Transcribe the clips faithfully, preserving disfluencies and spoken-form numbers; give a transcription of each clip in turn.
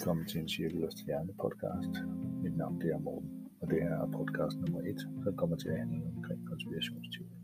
Velkommen til en Cirkel og Stjerne podcast. Mit navn det er Morten, og det her er podcast nummer et, som kommer til at handle omkring konspirationsteorier.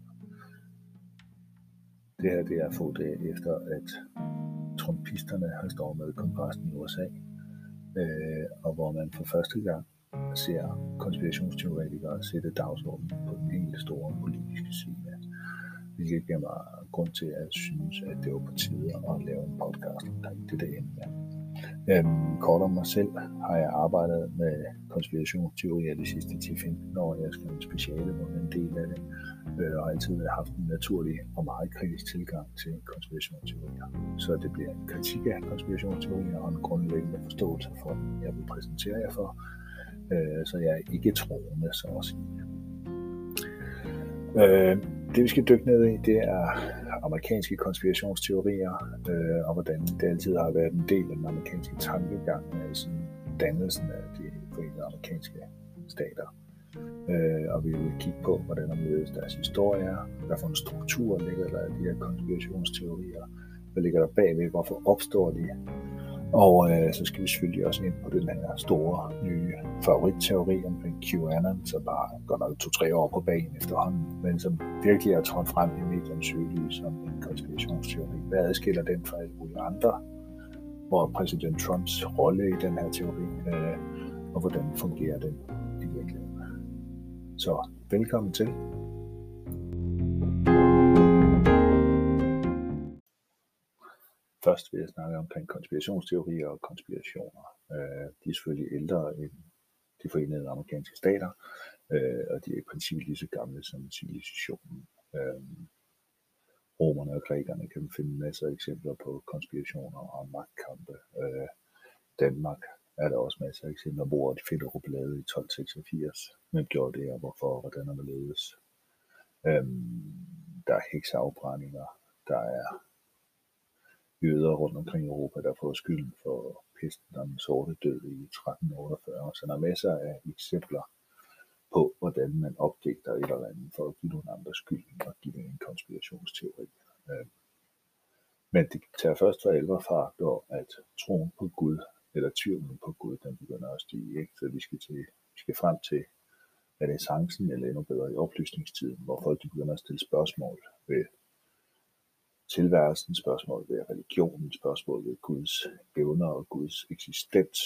Det her det er få dage efter, at trumpisterne har stormet kongressen i U S A, øh, og hvor man for første gang ser konspirationsteoretikere sætte dagsordenen på den helt store politiske scene, hvilket giver mig grund til at synes, at det var på tide at lave en podcast omkring det der emne. Øhm, kort om mig selv har jeg arbejdet med konspirationsteorier de sidste ti til femten år. Jeg har skrevet speciale på en del af det, øh, og har altid haft en naturlig og meget kritisk tilgang til konspirationsteorier. Så det bliver en kritik af konspirationsteorier og en grundlæggende forståelse for dem, jeg vil præsentere jer for. Øh, så jeg er ikke troende, så at sige. Øh, det vi skal dykke ned i, det er amerikanske konspirationsteorier, øh, og hvordan det altid har været en del af den amerikanske tankegang, altså dannelsen af de forenede amerikanske stater. Øh, og vi vil kigge på, hvordan omledes deres historie er, hvad for en struktur ligger der i de her konspirationsteorier, hvad ligger der bagved, hvorfor opstår de. Og øh, så skal vi selvfølgelig også ind på den her store, nye favoritteori omkring QAnon, som bare går nok to-tre år på banen efterhånden, men som virkelig er trådt frem i mediernes søgelys som en konspirationsteori. Hvad adskiller den fra alle mulige andre? Hvor er præsident Trumps rolle i den her teori, øh, og hvordan fungerer den i virkeligheden? Så velkommen til. Først vil jeg snakke omkring konspirationsteorier og konspirationer. Øh, de er selvfølgelig ældre end de forenede amerikanske stater, øh, og de er i princippet lige så gamle som civilisationen. Øh, romerne og grækerne kan finde masser af eksempler på konspirationer og magtkampe. Øh, Danmark er der også masser af eksempler, hvor de finder rubbelade i tolv seksogfirs. Hvem gjorde det, og hvorfor, og hvordan er man ledes? Øh, der er hekseafbrændinger, der er jøder rundt omkring i Europa, der får skylden for pesten og den sorte død i tretten otteogfyrre. Så der er masser af eksempler på, hvordan man opdægter et eller andet for at give nogle andre skylden og give en konspirationsteori. Men det tager først for alvor fart, når at troen på Gud, eller tvivlen på Gud, den begynder at stige. Ikke? Så vi skal, til, vi skal frem til renæssancen, eller endnu bedre i oplysningstiden, hvor folk de begynder at stille spørgsmål ved tilværelsen, spørgsmål ved religionen, spørgsmål ved Guds evner og Guds eksistens.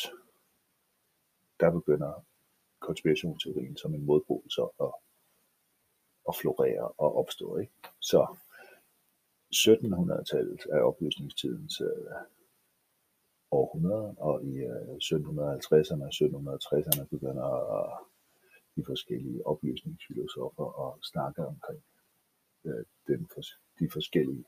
Der begynder konspirationsteorien som en modpol så at, at florere og opstå. Ikke? Så sytten hundrede-tallet er oplysningstidens øh, århundrede, og i øh, sytten halvtredserne og sytten tresserne begynder øh, de forskellige oplysningsfilosofer at snakke omkring øh, den, de forskellige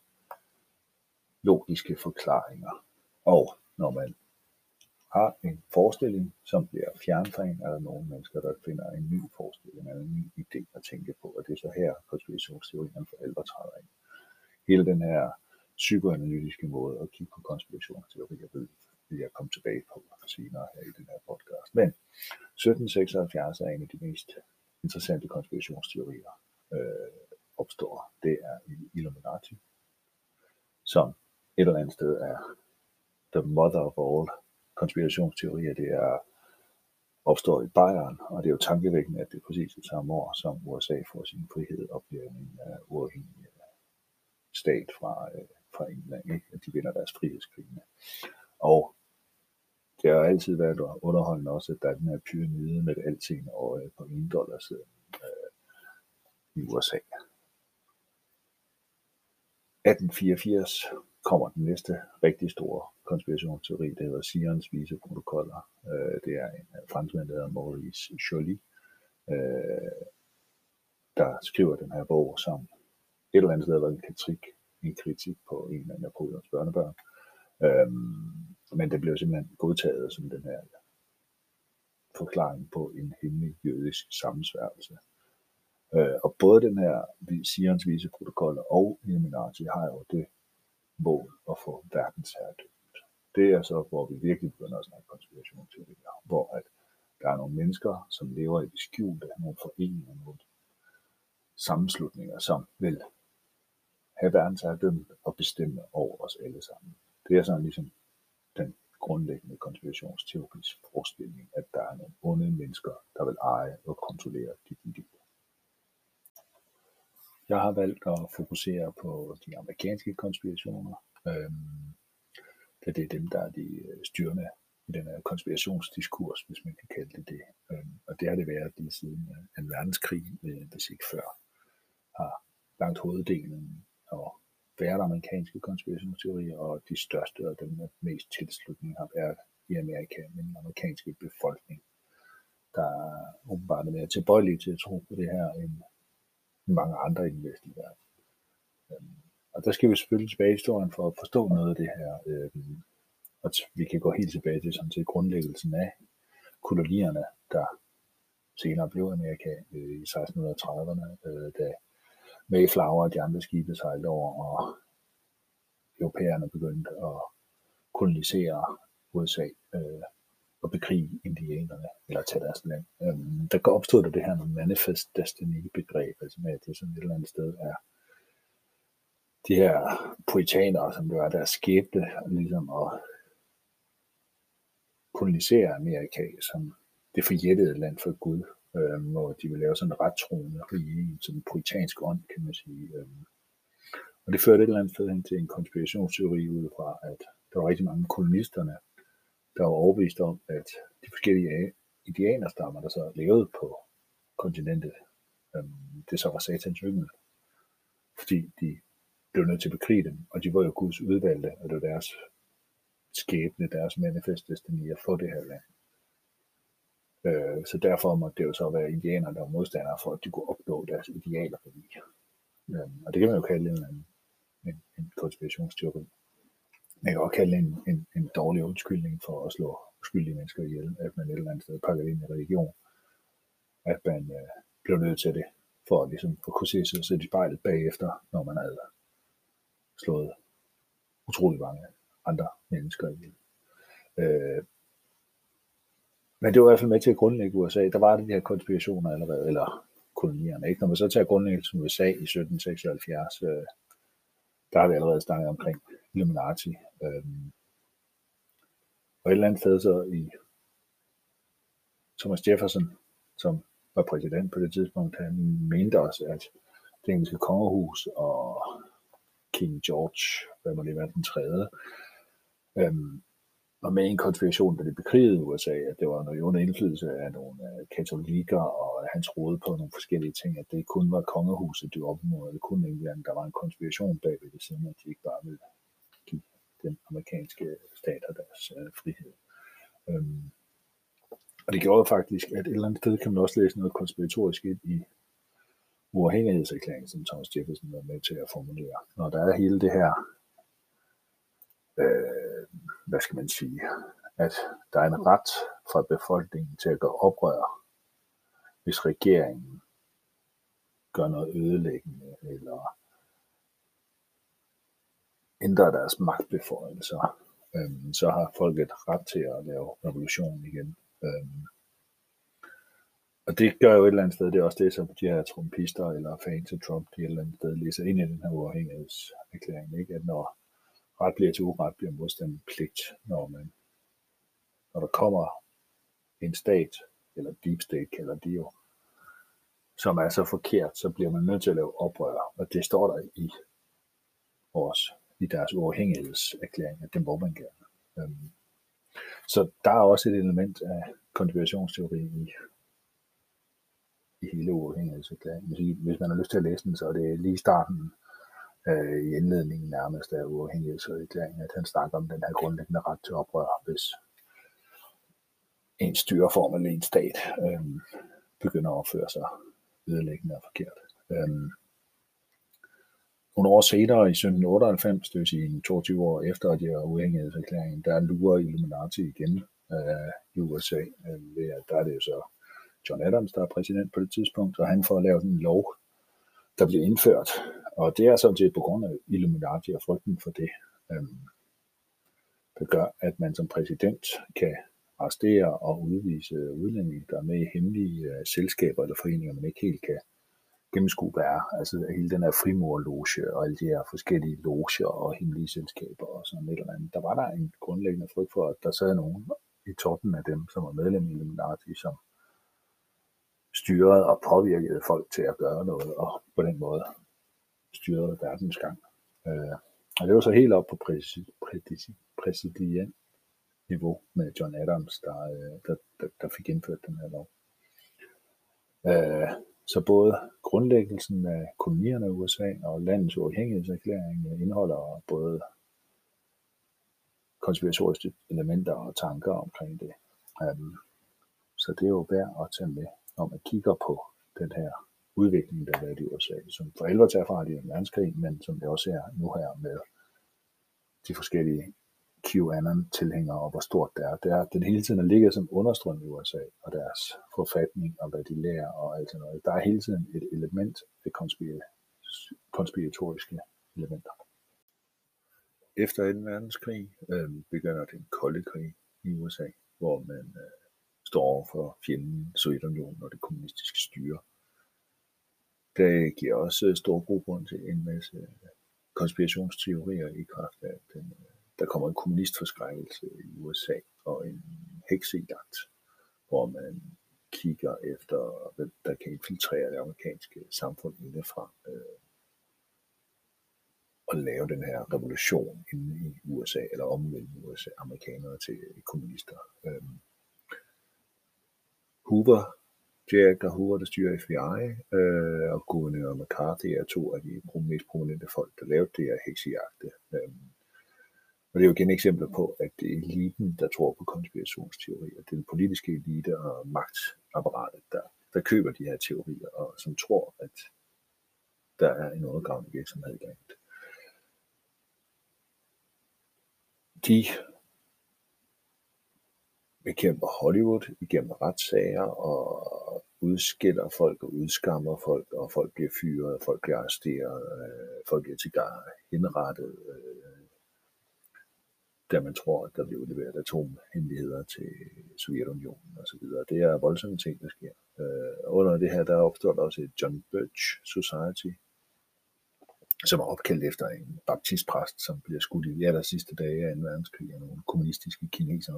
logiske forklaringer. Og når man har en forestilling, som bliver fjernet fra en, er der nogle mennesker, der finder en ny forestilling eller en ny idé at tænke på, og det er så her, konspirationsteorien for alvor træder ind. Hele den her psykoanalytiske måde at kigge på konspirationsteorier ved, vil jeg komme tilbage på senere her i den her podcast. Men sytten seksoghalvfjerds er en af de mest interessante konspirationsteorier øh, opstår. Det er Illuminati, som et eller andet sted er the mother of all konspirationsteorier. Det er opstår i Bayern, og det er jo tankevækkende, at det er præcis det samme år, som U S A får sin frihed og bliver en uh, uafhængig stat fra, uh, fra England, ikke? At de vinder deres frihedskrigene. Og det har altid været underholdende også, at der er den her pyramide med alting og uh, på en dollar siden uh, i U S A. atten fireogfirs kommer den næste rigtig store konspirationsteori, der hedder Zions vise protokoller. Det er en franskmand, der hedder Maurice Joly, der skriver den her bog, som et eller andet sted var en kritik, en kritik på en af Napoleons børnebørn. Men det blev simpelthen godtaget som den her forklaring på en hemmelig jødisk sammensværgelse. Og både den her Zions vise protokoller og Illuminati har jo det mål at få verdensherredømmet. Det er så, hvor vi virkelig begynder at snakke konspirationsteorier, hvor at der er nogle mennesker, som lever i det skjulte, nogle foreninger, nogle sammenslutninger, som vil have verdensherredømmet og bestemme over os alle sammen. Det er sådan ligesom den grundlæggende konspirationsteoris forestilling, at der er nogle onde mennesker, der vil eje og kontrollere dit liv. Jeg har valgt at fokusere på de amerikanske konspirationer, øhm, da det er dem, der er de styrende i den her konspirationsdiskurs, hvis man kan kalde det det. Øhm, og det har det været lige siden en verdenskrig, hvis ikke før, har langt hoveddelen og været amerikanske konspirationsteorier, og de største og dem med mest tilslutning har været i Amerika, med den amerikanske befolkning, der er åbenbart mere tilbøjelige til at tro på det her end mange andre i den vestlige verden. Og der skal vi selvfølgelig tilbage i historien for at forstå noget af det her. Og vi kan gå helt tilbage til, sådan til grundlæggelsen af kolonierne, der senere blev Amerika i seksten trediverne, da Mayflower og de andre skibe sejlede over, og europæerne begyndte at kolonisere U S A øh, og bekrige indianerne, eller tage deres land. Øhm, der opstod der det her med manifest destiny-begreb, altså med, at det sådan et eller andet sted er de her puritanere, som det var deres skæbne, ligesom at kolonisere Amerika som det forjættede land for Gud, øhm, hvor de ville lave sådan en rettroende rige, sådan en puritansk ånd, kan man sige. Øhm. Og det førte et eller andet sted hen til en konspirationsteori ud fra, at der var rigtig mange kolonisterne, der var overbevist om, at de forskellige indianerstammer, der så levede på kontinentet, øhm, det så var satans yngel, fordi de blev nødt til at bekrige dem, og de var jo Guds udvalgte, og det var deres skæbne, deres manifest destiny at få det her land. Øh, så derfor måtte det jo så være indianere, der var modstandere for, at de kunne opnå deres idealer på lige. Øhm, og det kan man jo kalde en, en, en konspirationsteori. Man kan også kalde en, en, en dårlig undskyldning for at slå uskyldige mennesker ihjel, at man et eller andet sted pakker ind i religion, at man øh, blev nødt til det, for at, ligesom, at kunne se sig selv i spejlet bagefter, når man havde slået utrolig mange andre mennesker ihjel. Øh, men det var i hvert fald med til at grundlægge U S A. Der var det de her konspirationer allerede, eller kolonierne. Ikke? Når man så tager grundlæggelsen U S A i sytten seksoghalvfjerds, øh, der har vi allerede snakket omkring Illuminati. Øhm, og et eller andet sted så i Thomas Jefferson, som var præsident på det tidspunkt, han mente også, at det engelske kongehus og King George, hvad må det være, den tredje, øhm, var med i en konspiration, da det bekrigede U S A, at det var noget under indflydelse af nogle katolikker, og han troede på nogle forskellige ting, at det kun var kongehuset, det var opmåde, det kun England, der var en konspiration bagved det, siden at de ikke bare ville give den amerikanske stater deres øh, frihed. Øhm, og det gjorde faktisk, at et eller andet sted kan man også læse noget konspiratorisk ind i uafhængighedserklæringen, som Thomas Jefferson var med til at formulere. Når der er hele det her, øh, hvad skal man sige, at der er en ret for befolkningen til at gøre oprør, hvis regeringen gør noget ødelæggende, eller ændrer deres magtbeføjelser, øhm, så har folket ret til at lave revolution igen. Øhm, og det gør jo et eller andet sted, det er også det, som de her trumpister eller fans af Trump, de et eller andet sted læser ind i den her uafhængighedserklæring, ikke? At når ret bliver til uret, bliver modstand pligt, når man, når der kommer en stat, eller deep state kalder de jo, som er så forkert, så bliver man nødt til at lave oprør, og det står der i vores, i deres uafhængighedserklæring, at det må man gerne. Øhm, så der er også et element af konspirationsteori i, i hele uafhængighedserklæringen. Hvis man har lyst til at læse den, så er det lige starten øh, i indledningen nærmest af uafhængighedserklæringen, at han snakker om den her grundlæggende ret til oprør, hvis en styreform eller en stat øhm, begynder at opføre sig ødelæggende og forkert. Øhm, nogle år senere, i sytten otteoghalvfems, det vil sige toogtyve år efter at de her uafhængighedserklæringen, der lurer Illuminati igen øh, i U S A. Øh, ved at der er det jo så John Adams, der er præsident på det tidspunkt, og han får lavet en lov, der bliver indført. Og det er sådan set på grund af Illuminati og frygten for det, øh, der gør, at man som præsident kan arrestere og udvise udlændinge, der er med i hemmelige uh, selskaber eller foreninger, man ikke helt kan gennemskue, hvad er. Altså hele den her frimurerloge og alle de her forskellige loger og hemmelige selskaber og sådan et eller andet. Der var der en grundlæggende frygt for, at der sad nogen i toppen af dem, som var medlem i Illuminati, som styrede og påvirkede folk til at gøre noget, og på den måde styrede verdens gang. Øh, og det var så helt op på præsident niveau med John Adams, der, der, der, der fik indført den her lov. Øh, så både grundlæggelsen af kolonierne i U S A og landets uafhængighedserklæring indeholder både konspiratoriske elementer og tanker omkring det. Um, så det er jo værd at tage med, når man kigger på den her udvikling, der har været i U S A, som for alvor tager fra i en verdenskrig, men som det også er nu her med de forskellige QAnon-tilhængere, og hvor stort det er. Det er, den hele tiden ligger som understrøm i U S A, og deres forfatning, og hvad de lærer, og alt sådan noget. Der er hele tiden et element af konspiratoriske elementer. Efter anden verdenskrig øh, begynder den kolde krig i U S A, hvor man øh, står over for fjenden Sovjetunionen og det kommunistiske styre. Det giver også stor grobund til en masse konspirationsteorier i kraft af den. Der kommer en kommunistforskrækkelse i U S A og en heksejagt, hvor man kigger efter, hvem der kan infiltrere det amerikanske samfund indefra øh, og lave den her revolution inde i U S A, eller omvende U S A, amerikanere til kommunister. Øh, Hoover, J. Edgar Hoover, der styrer F B I, øh, og guvernør McCarthy er to af de mest prominente folk, der lavede det her heksejagte. Øh, Og det er jo igen eksempler på, at det er eliten, der tror på konspirationsteorier. Det er den politiske elite og magtapparatet, der, der køber de her teorier, og som tror, at der er en undergravende virksomhed i gang. De bekæmper Hollywood igennem retssager og udskiller folk og udskammer folk, og folk bliver fyret, folk bliver arresteret, folk bliver til gang henrettet, da man tror, at der bliver udleveret atomhemmeligheder til Sovjetunionen osv. Det er voldsomme ting, der sker. Uh, under det her, der opstår der også et John Birch Society, som er opkaldt efter en baptistpræst, som bliver skudt i de aller sidste dage af anden verdenskrig af nogle kommunistiske kinesere.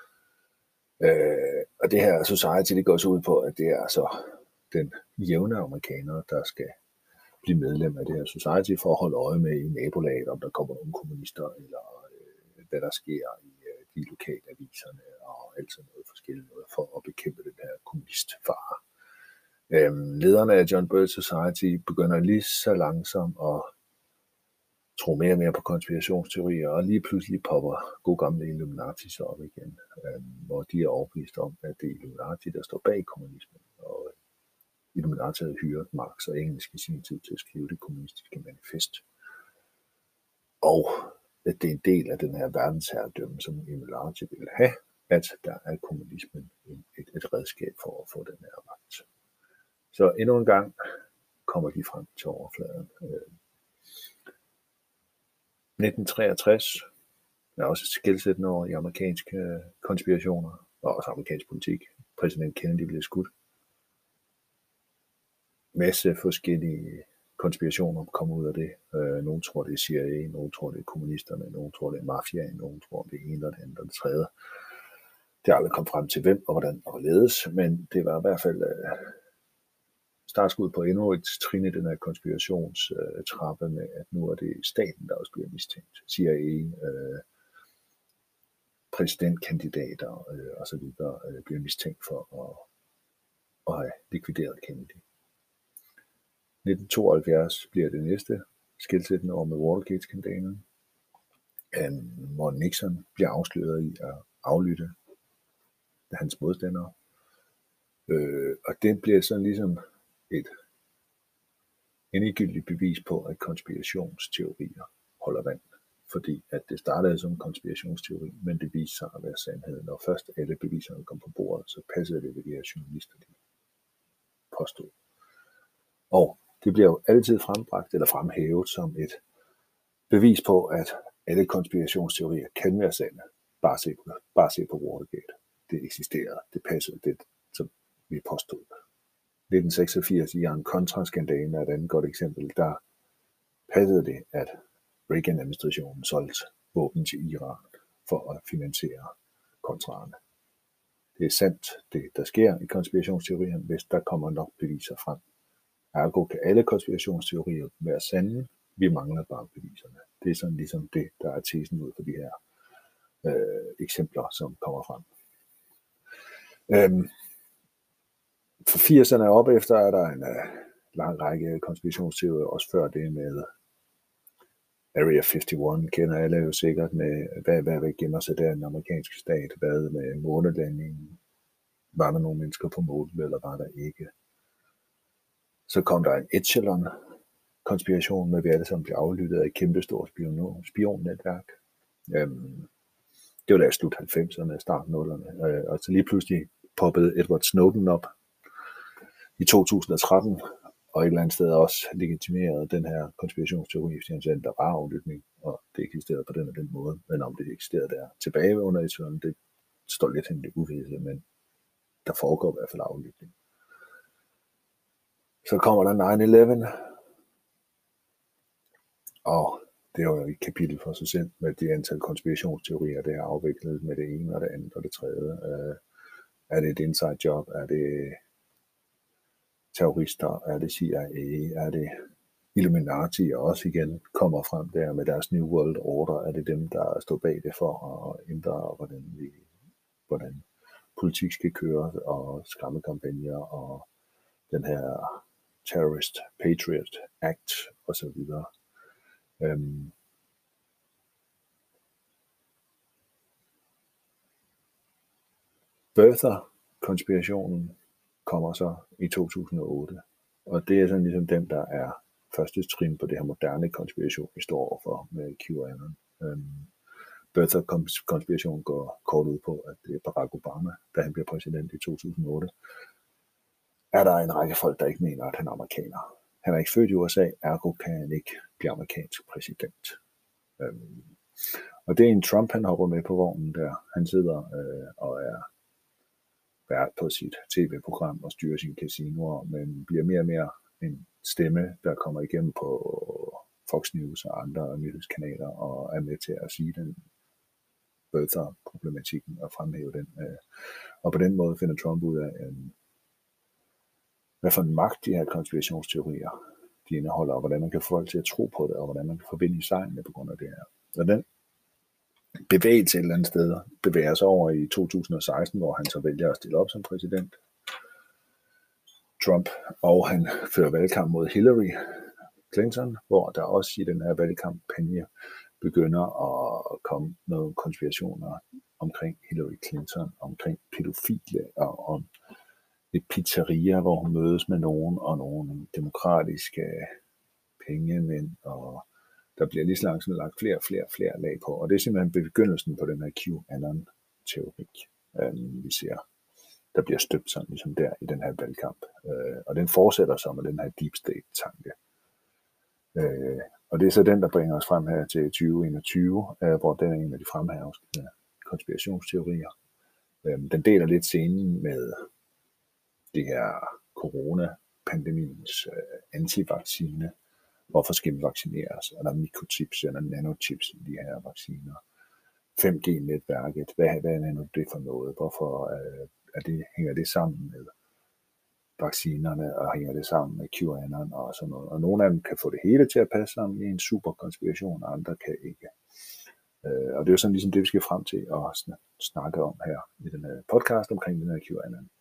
Uh, og det her society, det går så ud på, at det er altså den jævne amerikaner, der skal blive medlem af det her society for at holde øje med i nabolaget, om der kommer nogle kommunister, eller hvad der sker i de lokale aviserne og alt sådan noget forskelligt noget for at bekæmpe den her kommunistfare. Øhm, lederne af John Birch Society begynder lige så langsomt at tro mere og mere på konspirationsteorier, og lige pludselig popper god gamle Illuminati så op igen, øhm, hvor de er overbevist om, at det er Illuminati, der står bag kommunismen, og Illuminati havde hyret Marx og Engels i sin tid til at skrive det kommunistiske manifest. Og at det er en del af den her verdensherredømme, som Illuminati vil have, at der er kommunismen et, et redskab for at få den her magt. Så endnu en gang kommer de frem til overfladen. nitten treogtres er også et skelsættende år i amerikanske konspirationer, og også amerikansk politik. Præsident Kennedy blev skudt. Masse forskellige konspirationer kommer ud af det. Øh, nogle tror, det er C I A, nogle tror, det er kommunisterne, nogle tror, det er mafiaen, nogle tror, det er en eller det andet og det tredje. Det er aldrig kommet frem til hvem og hvordan og hvorledes, men det var i hvert fald øh, startskud på endnu et trin i den her konspirationstrappe med, at nu er det staten, der også bliver mistænkt. C I A, øh, præsidentkandidater øh, og så videre øh, bliver mistænkt for at, at have likvideret Kennedy. nitten tooghalvfjerds bliver det næste skelsættende år med Watergate-skandalen, hvor Nixon bliver afsløret i at aflytte hans modstandere. Øh, og det bliver sådan ligesom et endegyldigt bevis på, at konspirationsteorier holder vand. Fordi at det startede som konspirationsteori, men det viste sig at være sandheden. Når først alle beviserne kom på bordet, så passede det ved de her journalister, de påstod. Og det bliver jo altid frembragt eller fremhævet som et bevis på, at alle konspirationsteorier kan være sande. Bare se på, bare se på Watergate. Det eksisterer. Det passer det, som vi påstod. nitten seksogfirs i Iran-Contra-skandalen er et andet godt eksempel. Der passede det, at Reagan-administrationen solgte våben til Iran for at finansiere kontraerne. Det er sandt, det der sker i konspirationsteorien, hvis der kommer nok beviser frem. Ergo kan alle konspirationsteorier være sande, vi mangler bare beviserne. Det er sådan ligesom det, der er tesen ud for de her øh, eksempler, som kommer frem. Øhm, for firserne op efter er der en uh, lang række konspirationsteorier, også før det med Area enoghalvtreds, kender alle jo sikkert med, hvad, hvad, hvad gemmer sig der i den amerikanske stat, hvad med månelandingen, var der nogle mennesker på månen, eller var der ikke. Så kom der en Echelon-konspiration med, at vi alle sammen blev aflyttet af et kæmpestort spion- spionnetværk. Øhm, det var da i slut halvfemserne, start nullerne, øh, og så lige pludselig poppede Edward Snowden op i to tusind og tretten, og et eller andet sted også legitimerede den her konspirationsteori, fordi han sagde, at der var aflytning, og det eksisterede på den og den måde, men om det eksisterede der tilbage under Echelon, det står lidt hen i uvisse, men der foregår i hvert fald aflytning. Så kommer der nine eleven, og det er jo et kapitel for sig selv med de antal konspirationsteorier, det er afviklet med det ene og det andet og det tredje. Uh, er det et inside job? Er det terrorister? Er det C I A? Er det Illuminati? Og også igen kommer frem der med deres New World Order. Er det dem, der står bag det for at ændre, hvordan, vi, hvordan politik skal køre, og skræmmekampagner, og den her Terrorist Patriot Act osv. Øhm. Birther-konspirationen kommer så i to tusind og otte, og det er sådan ligesom den, der er første trin på det her moderne konspiration, vi står overfor med QAnon. Øhm. Birther-konspirationen går kort ud på, at det er Barack Obama, da han bliver præsident i to tusind og otte, er der en række folk, der ikke mener, at han er amerikaner. Han er ikke født i U S A, ergo kan han ikke blive amerikansk præsident. Øhm. Og det er en Trump, han hopper med på vognen der. Han sidder øh, og er vært på sit tv-program og styrer sine casinoer, men bliver mere og mere en stemme, der kommer igennem på Fox News og andre nyhedskanaler, og er med til at sige den Birther-problematikken og fremhæve den. Og på den måde finder Trump ud af, hvad for en magt de her konspirationsteorier de indeholder, og hvordan man kan få folk til at tro på det, og hvordan man kan forbinde i sejlene på grund af det her. Og den bevægelse et eller andet sted bevæger sig over i to tusind og seksten, hvor han så vælger at stille op som præsident. Trump, og han fører valgkamp mod Hillary Clinton, hvor der også i den her valgkampagne begynder at komme nogle konspirationer omkring Hillary Clinton, omkring pædofile og om et pizzeria, hvor hun mødes med nogen og nogle demokratiske pengemænd, og der bliver lige så langsomt lagt flere og flere, flere lag på. Og det er simpelthen begyndelsen på den her QAnon-teori, øh, vi ser, der bliver støbt sådan ligesom der i den her valgkamp. Øh, og den fortsætter så med den her deep state-tanke. Øh, og det er så den, der bringer os frem her til tyve enogtyve, øh, hvor den er en af de fremherskende konspirationsteorier. Øh, den deler lidt scenen med det her corona-pandemiens øh, antivaccine. Hvorfor skal vi vaccineres? Er der mikrochips eller nanochips i de her vacciner? fem G-netværket, hvad, hvad er det for noget? Hvorfor øh, er det, hænger det sammen med vaccinerne, og hænger det sammen med QAnon og sådan noget? Og nogle af dem kan få det hele til at passe sammen i en super konspiration, og andre kan ikke. Øh, og det er jo sådan ligesom det, vi skal frem til at snakke om her i den her podcast omkring den her QAnon.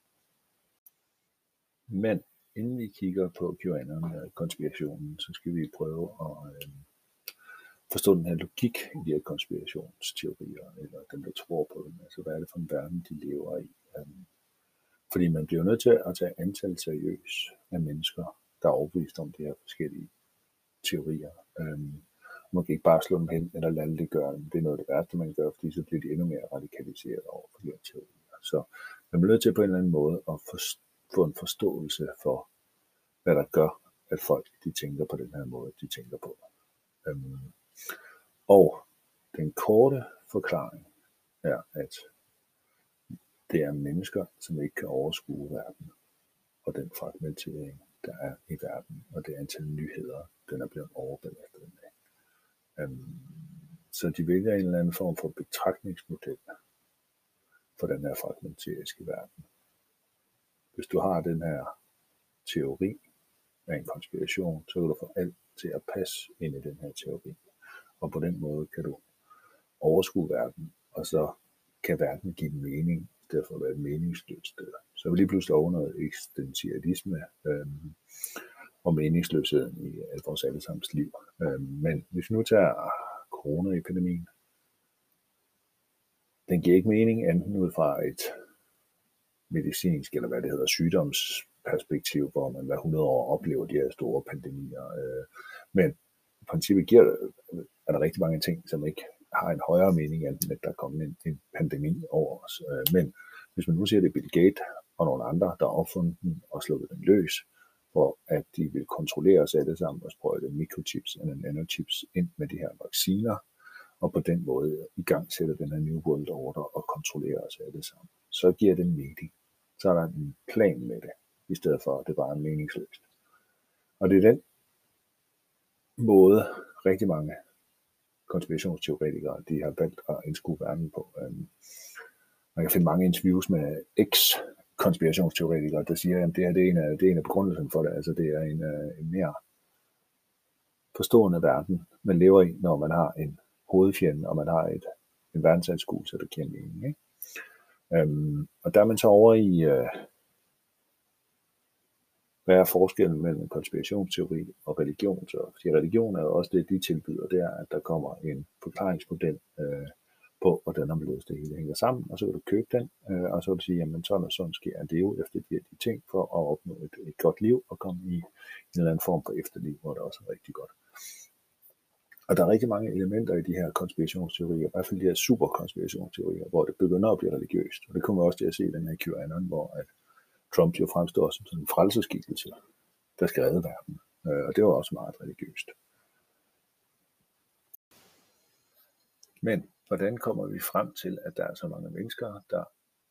Men inden vi kigger på QAnon-konspirationen, så skal vi prøve at øh, forstå den her logik i de her konspirationsteorier, eller dem, der tror på dem. Altså, hvad er det for en verden, de lever i? Um, fordi man bliver nødt til at tage antal seriøst af mennesker, der er overbevist om de her forskellige teorier. Um, man kan ikke bare slå dem hen, eller lade det gøre dem. Det er noget af det værste, man gør, fordi så bliver de endnu mere radikaliseret over for de her teorier. Så man bliver nødt til på en eller anden måde at forstå, få en forståelse for, hvad der gør, at folk de tænker på den her måde, de tænker på. Um, og den korte forklaring er, at det er mennesker, som ikke kan overskue verden. og den fragmentering, der er i verden, og det antal nyheder, den er blevet overbelastet med. Øhm, så de vælger en eller anden form for betragtningsmodel for den her fragmenteriske verden. Hvis du har den her teori af en konspiration, så kan du få alt til at passe ind i den her teori. Og på den måde kan du overskue verden, og så kan verden give mening, i stedet for at være et meningsløst sted. Så er vi lige pludselig over noget eksistentialisme øhm, og meningsløsheden i vores allesammens liv. Øhm, men hvis vi nu tager coronaepidemien, den giver ikke mening enten ud fra et medicinsk, eller hvad det hedder, sygdomsperspektiv, hvor man hver hundrede år oplever de her store pandemier. Øh, men i princippet giver det, er der rigtig mange ting, som ikke har en højere mening, end at der kommer en, en pandemi over os. Øh, men hvis man nu siger, det er Bill Gates og nogle andre, der har opfundet den og slået den løs, for at de vil kontrollere os alle sammen og sprøjte mikrochips eller nanochips ind med de her vacciner, og på den måde i gang sætter den her New World Order og kontrollerer os alle sammen. Så giver det mening. Så er der en plan med det, i stedet for at det bare er meningsløst. Og det er den måde, rigtig mange konspirationsteoretikere, de har valgt at indskue verden på. Man kan finde mange interviews med eks-konspirationsteoretikere, der siger, at det her det er en af, det er en af begrundelsen for det. Altså det er en, en mere forstående verden, man lever i, når man har en hovedfjende, og man har et, en verdensanskuelse, der giver mening. Ikke? Øhm, og der er man så over i, øh, hvad er forskellen mellem konspirationsteori og religion? Så, fordi religion er jo også det, de tilbyder, det er, at der kommer en forklaringsmodel øh, på, hvordan omledes det hele hænger sammen, og så kan du købe den, øh, og så vil du sige, jamen sådan og sådan sker at leve efter de her de ting, for at opnå et, et godt liv, og komme i en eller anden form for efterliv, hvor det også er rigtig godt. Og der er rigtig mange elementer i de her konspirationsteorier, i hvert fald de her superkonspirationsteorier, hvor det begynder at blive religiøst. Og det kommer også til at se i den her QAnon, hvor at Trump jo fremstår som sådan en frelseskikkelse, der skal redde verden. Og det var også meget religiøst. Men hvordan kommer vi frem til, at der er så mange mennesker, der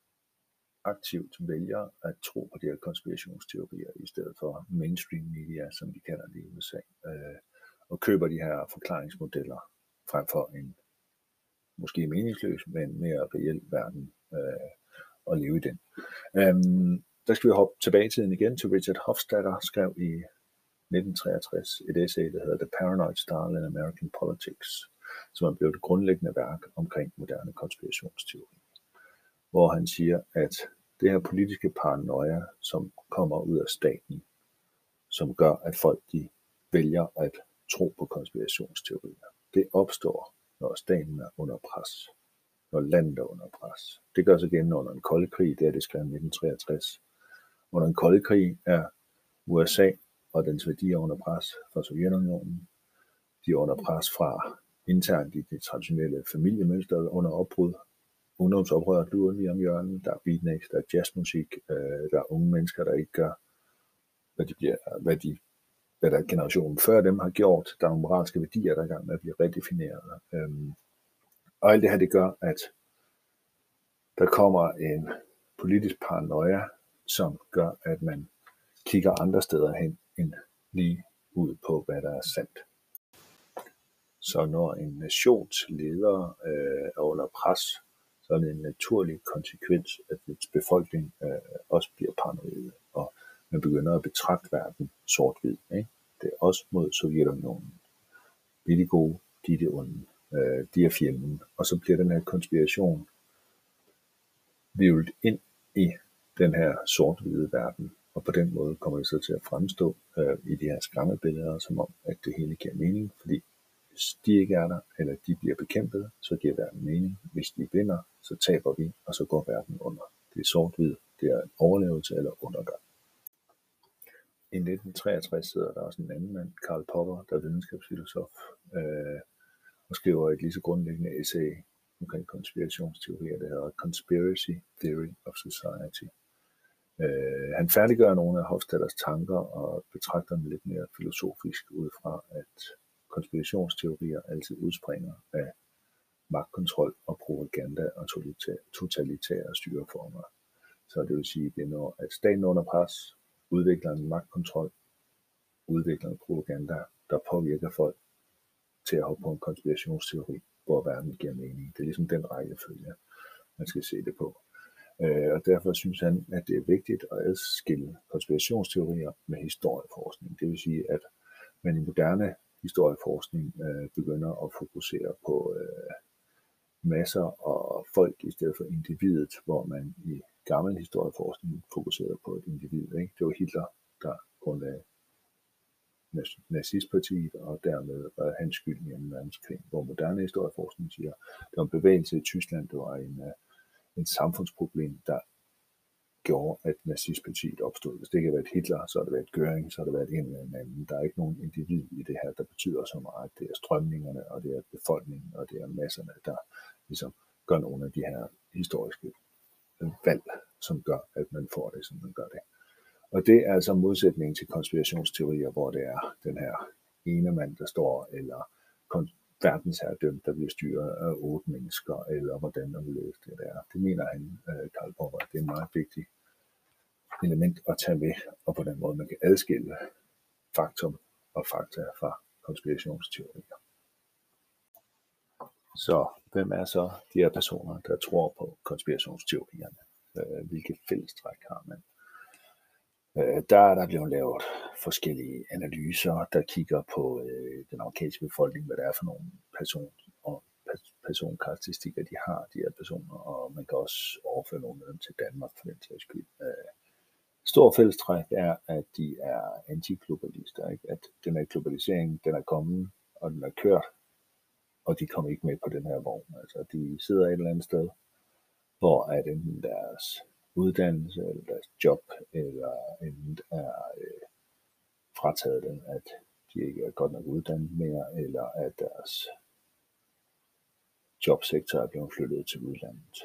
aktivt vælger at tro på de her konspirationsteorier, i stedet for mainstream media, som de kalder det i U S A, og køber de her forklaringsmodeller frem for en måske meningsløs, men mere reel verden øh, og leve i den. Øhm, der skal vi hoppe tilbage i tiden igen til Richard Hofstadter, skrev i nitten treogtres et essay, der hedder The Paranoid Style in American Politics, som er blevet et grundlæggende værk omkring moderne konspirationsteori, hvor han siger, at det her politiske paranoia, som kommer ud af staten, som gør, at folk de vælger at tro på konspirationsteorier, det opstår, når staten er under pres, når landet er under pres. Det gør sig igen under en kold krig, det er det skrevet i nitten treogtres. Under en kold krig er U S A og dens værdier under pres fra Sovjetunionen. De er under pres fra internt i det traditionelle familiemønster under opbrud. Ungdomsoprør lurer lige om hjørnet. Der er beatniks, der er jazzmusik, der er unge mennesker, der ikke gør, hvad de bliver, hvad de hvad der generationen før dem har gjort. Der er nogle moralske værdier, der er i gang med at blive redefineret. Øhm, og alt det her, det gør, at der kommer en politisk paranoia, som gør, at man kigger andre steder hen, end lige ud på, hvad der er sandt. Så når en nations leder øh, er under pres, så er det en naturlig konsekvens, at dets befolkning øh, også bliver paranoide, og man begynder at betragte verden sort-hvid. Ikke? Det er også mod Sovjetunionen. Vi er de gode, de er de onde, øh, de er fjenden. Og så bliver den her konspiration hvirvlet ind i den her sort-hvide verden. Og på den måde kommer det så til at fremstå øh, i de her skræmmebilleder, som om, at det hele giver mening. Fordi hvis de ikke er der, eller de bliver bekæmpet, så giver verden mening. Hvis de vinder, så taber vi, og så går verden under. Det er sort-hvid, det er en overlevelse eller undergang. I nitten treogtres sidder der også en anden mand, Karl Popper, der er videnskabsfilosof, øh, og skriver et lige så grundlæggende essay omkring konspirationsteorier, der hedder Conspiracy Theory of Society. Øh, han færdiggør nogle af Hofstadters tanker og betragter dem lidt mere filosofisk ud fra, at konspirationsteorier altid udspringer af magtkontrol og propaganda og totalitære styreformer. Så det vil sige, at det er når at staten under pres, udvikler en magtkontrol, udvikler en propaganda, der påvirker folk til at hoppe på en konspirationsteori, hvor verden giver mening. Det er ligesom den rækkefølge, man skal se det på. Og derfor synes han, at det er vigtigt at adskille konspirationsteorier med historieforskning. Det vil sige, at man i moderne historieforskning begynder at fokusere på masser og folk i stedet for individet, hvor man i gammel historieforskning fokuserede på et individ. Ikke? Det var Hitler, der grundlagde nazistpartiet, og dermed var hans skyld i anden verdenskrig, hvor moderne historieforskning siger, at det var en bevægelse i Tyskland, det var en, en samfundsproblem, der gjorde, at nazistpartiet opstod. Hvis det ikke har været Hitler, så har det været Göring, så har det været en eller anden. Der er ikke nogen individ i det her, der betyder så meget. Det er strømningerne, og det er befolkningen, og det er masserne, der ligesom gør nogle af de her historiske valg, som gør, at man får det, som man gør det. Og det er altså modsætning til konspirationsteorier, hvor det er den her ene mand, der står, eller verdensherredømme, der bliver styret af otte mennesker, eller hvordan der vil løse det der. Det mener han, Karl Popper, det er en meget vigtig element at tage med, og på den måde man kan adskille faktum og fakta fra konspirationsteorier. Så hvem er så de her personer, der tror på konspirationsteorierne? Hvilke fællestræk har man? Der er der blevet lavet forskellige analyser, der kigger på øh, den amerikanske befolkning, hvad det er for nogle person- og personkarakteristikker, de har, de her personer, og man kan også overføre nogle af dem til Danmark for den sags skyld. Øh, stor fællestræk er, at de er antiglobalister, ikke? At den her globalisering, den er kommet, og den er kørt, og de kommer ikke med på den her vogn. Altså, de sidder et eller andet sted, hvor at enten deres uddannelse, eller deres job, eller enten er øh, frataget dem, at de ikke er godt nok uddannet mere, eller at deres jobsektor er blevet flyttet til udlandet.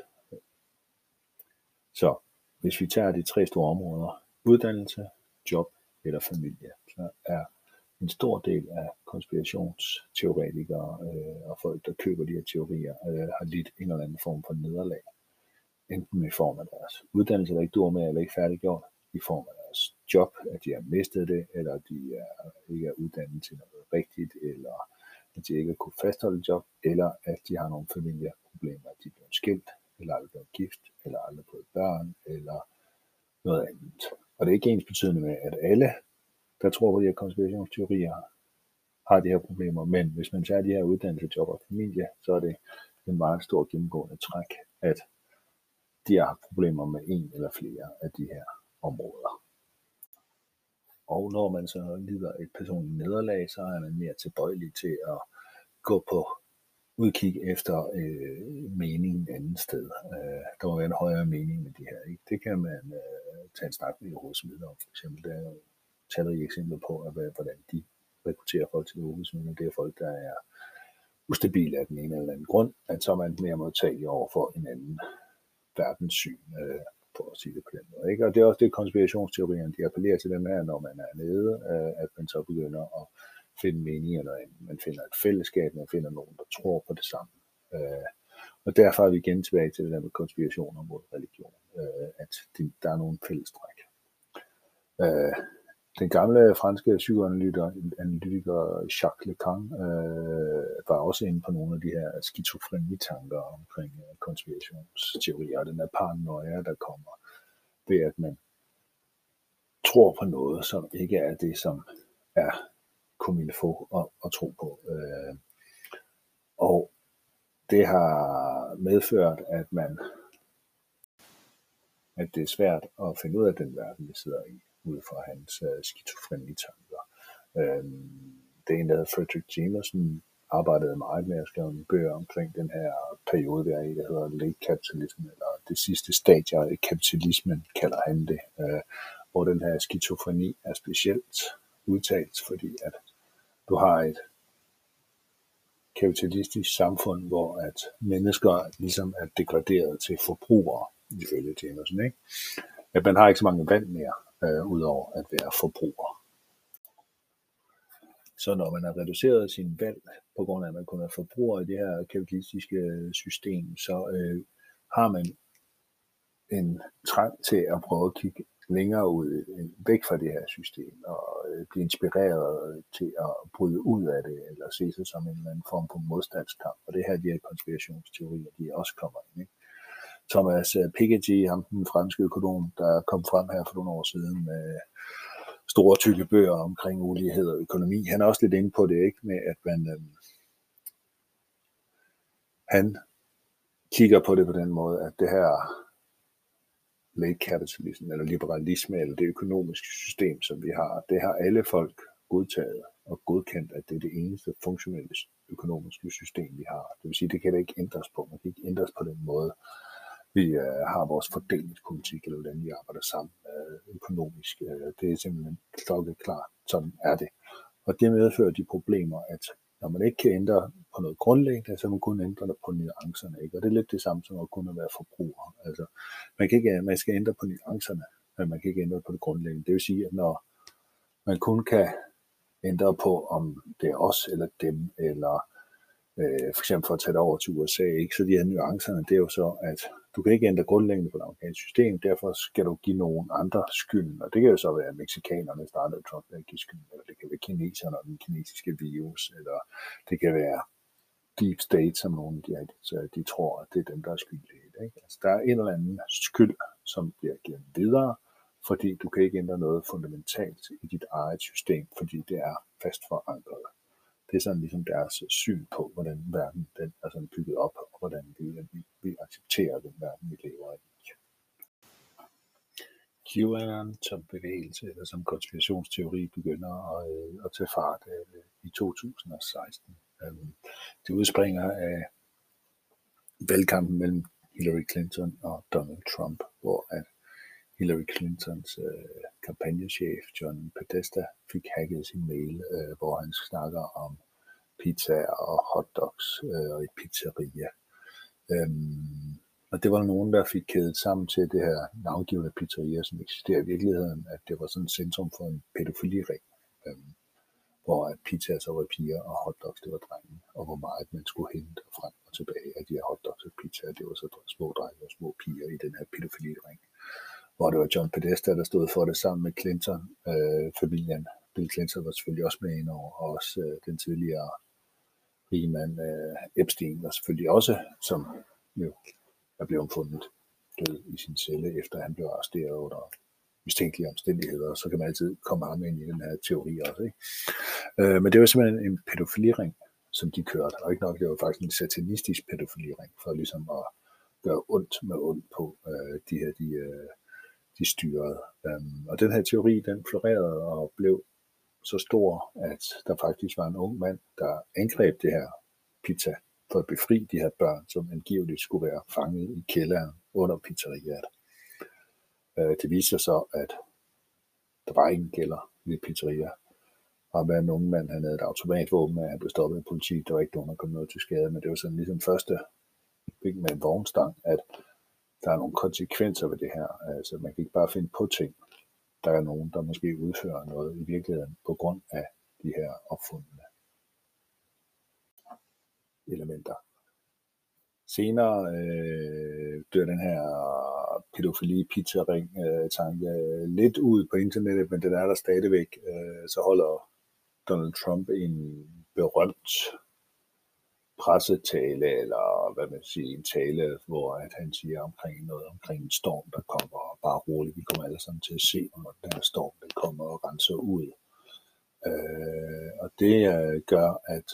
Så hvis vi tager de tre store områder, uddannelse, job eller familie, så er en stor del af konspirationsteoretikere øh, og folk, der køber de her teorier, øh, har lidt en eller anden form for nederlag. Enten i form af deres uddannelse, der ikke dur med, eller ikke færdiggjort, i form af deres job, at de har mistet det, eller de er, ikke er uddannet til noget rigtigt, eller at de ikke har kunnet fastholde et job, eller at de har nogle familieproblemer, at de er blevet skilt, eller aldrig blevet gift, eller aldrig fået børn, eller noget andet. Og det er ikke ens betydende med, at alle, der tror på de her konspirationsteorier, har de her problemer, men hvis man tager de her uddannelse, job og familie, så er det en meget stor gennemgående træk, at de har problemer med en eller flere af de her områder. Og når man så lider et personligt nederlag, så er man mere tilbøjelig til at gå på udkig efter øh, mening et andet sted. Øh, der må være en højere mening med det her. Ikke? Det kan man øh, tage en snak med Jehovas vidner om. For eksempel, der er jo talrige eksempler på, at, hvordan de rekrutterer folk til Jehovas vidner. Det er folk, der er ustabile af den ene eller anden grund, at så er man mere modtagelig over for en anden verdenssyn, øh, på at sige det på den måde. Ikke? Og det er også det, konspirationsteorierne, de appellerer til dem her, når man er nede, øh, at man så begynder at finde mening eller andet. Man finder et fællesskab, man finder nogen, der tror på det samme. Øh, og derfor er vi igen tilbage til det der med konspirationer mod religion, øh, at de, der er nogle fællestræk. Øh, den gamle franske psykoanalytiker Jacques Lacan øh, var også inde på nogle af de her skizofrenitanker omkring øh, konspirationsteorier, og den her paranoia, der kommer ved, at man tror på noget, som ikke er det, som er comme il faut at, at tro på. Øh, og det har medført, at man at det er svært at finde ud af den verden, vi sidder i, ud fra hans uh, skizofrenitanker. Øh, det er en, der hedder Frederick Jameson, arbejdede meget med at skrive en bøger omkring den her periode, der er i, der hedder late capitalism, eller det sidste stadie af kapitalismen, kalder han det, øh, hvor den her skizofreni er specielt udtalt, fordi at du har et kapitalistisk samfund, hvor at mennesker ligesom er degraderet til forbrugere, ifølge Jameson, ikke? At man har ikke så mange valg mere, øh, udover at være forbruger. Så når man har reduceret sin valg, på grund af at man kun er forbruger i det her kapitalistiske system, så øh, har man en trang til at prøve at kigge længere ud, væk fra det her system, og øh, blive inspireret til at bryde ud af det, eller se sig som en eller anden form for modstandskamp. Og det her, de her konspirationsteorier, de også kommer ind. Ikke? Thomas Piketty, ham den franske økonom, der kom frem her for nogle år siden med store tykke bøger omkring ulighed og økonomi, han er også lidt inde på det, ikke? Med at man øh, han kigger på det på den måde, at det her late capitalism, eller liberalisme, eller det økonomiske system, som vi har, det har alle folk godtaget og godkendt, at det er det eneste funktionelle økonomiske system, vi har. Det vil sige, det kan det ikke ændres på. Man kan ikke ændres på den måde, vi øh, har vores fordelingspolitik, eller hvordan vi arbejder sammen øh, økonomisk. Øh, det er simpelthen klokkeklart. Sådan er det. Og det medfører de problemer, at når man ikke kan ændre på noget grundlæggende, så man kun ændre det på nuancerne. Ikke? Og det er lidt det samme som at kunne være forbruger. Altså, man, kan ikke, man skal ændre på nuancerne, men man kan ikke ændre på det grundlæggende. Det vil sige, at når man kun kan ændre på, om det er os eller dem, eller øh, for eksempel for at tage det over til U S A, ikke? Så de her nuancerne, det er jo så, at du kan ikke ændre grundlæggende på det amerikanske system, derfor skal du give nogen andre skylden, og det kan jo så være mexikanerne, der startede Trump, der giver skylden, eller det kan være kineserne og den kinesiske virus, eller det kan være deep state, som nogen de, de, de tror, at det er dem, der er skyldige. Ikke? Altså, der er en eller anden skyld, som bliver givet videre, fordi du kan ikke ændre noget fundamentalt i dit eget system, fordi det er fast forankret. Det er sådan ligesom deres syn på, hvordan verden den er sådan bygget op, og hvordan vi, vi, vi accepterer den verden, vi lever i. QAnon som bevægelse, eller som konspirationsteori, begynder at, at tage fart i to tusind og seksten. Det udspringer af valgkampen mellem Hillary Clinton og Donald Trump, hvor at Hillary Clintons øh, kampagnechef John Podesta fik hacket sin mail, øh, hvor han snakker om pizza og hotdogs øh, og et pizzeria. Øhm, og det var nogen, der fik kædet sammen til det her navngivende pizzeria, som eksisterer i virkeligheden, at det var sådan et centrum for en pædofiliring, øhm, hvor at pizza så var piger og hotdogs det var drenge, og hvor meget man skulle hente frem og tilbage af de her hotdogs og pizza, det var så små drenge og små piger i den her pædofiliring. Hvor det var John Podesta, der stod for det sammen med Clinton-familien. Øh, Bill Clinton var selvfølgelig også med ind over, og også øh, den tidligere rigmand øh, Epstein var selvfølgelig også, som jo er blevet fundet død i sin celle, efter han blev arresteret under mistænkelige omstændigheder. Så kan man altid komme ham ind i den her teori også. Ikke? Øh, men det var simpelthen en pædofiliring, som de kørte. Og ikke nok, det var faktisk en satanistisk pædofiliring, for ligesom at gøre ondt med ondt på øh, de her, de... Øh, de styrede. Um, og den her teori, den florerede og blev så stor, at der faktisk var en ung mand, der angreb det her pizza for at befri de her børn, som angiveligt skulle være fanget i kælderen under pizzeriet. Uh, det viste sig så, at der var ingen kælder i det pizzeria. Og hver en ung mand, han havde et automatvåben, og han blev stoppet af politiet. Der var ikke nogen, der kom noget til skade, men det var sådan ligesom første med en vognstang, at der er nogle konsekvenser ved det her. Altså, man kan ikke bare finde på ting. Der er nogen, der måske udfører noget i virkeligheden på grund af de her opfundne elementer. Senere øh, dør den her pædofili-pizza-ring-tanke øh, lidt ud på internettet, men den er der stadigvæk. Øh, så holder Donald Trump en berømt pressetale, eller hvad man siger, en tale, hvor at han siger omkring noget omkring en storm, der kommer, og bare roligt, vi kommer alle sammen til at se, når den her storm, den kommer og renser ud. Øh, og det øh, gør, at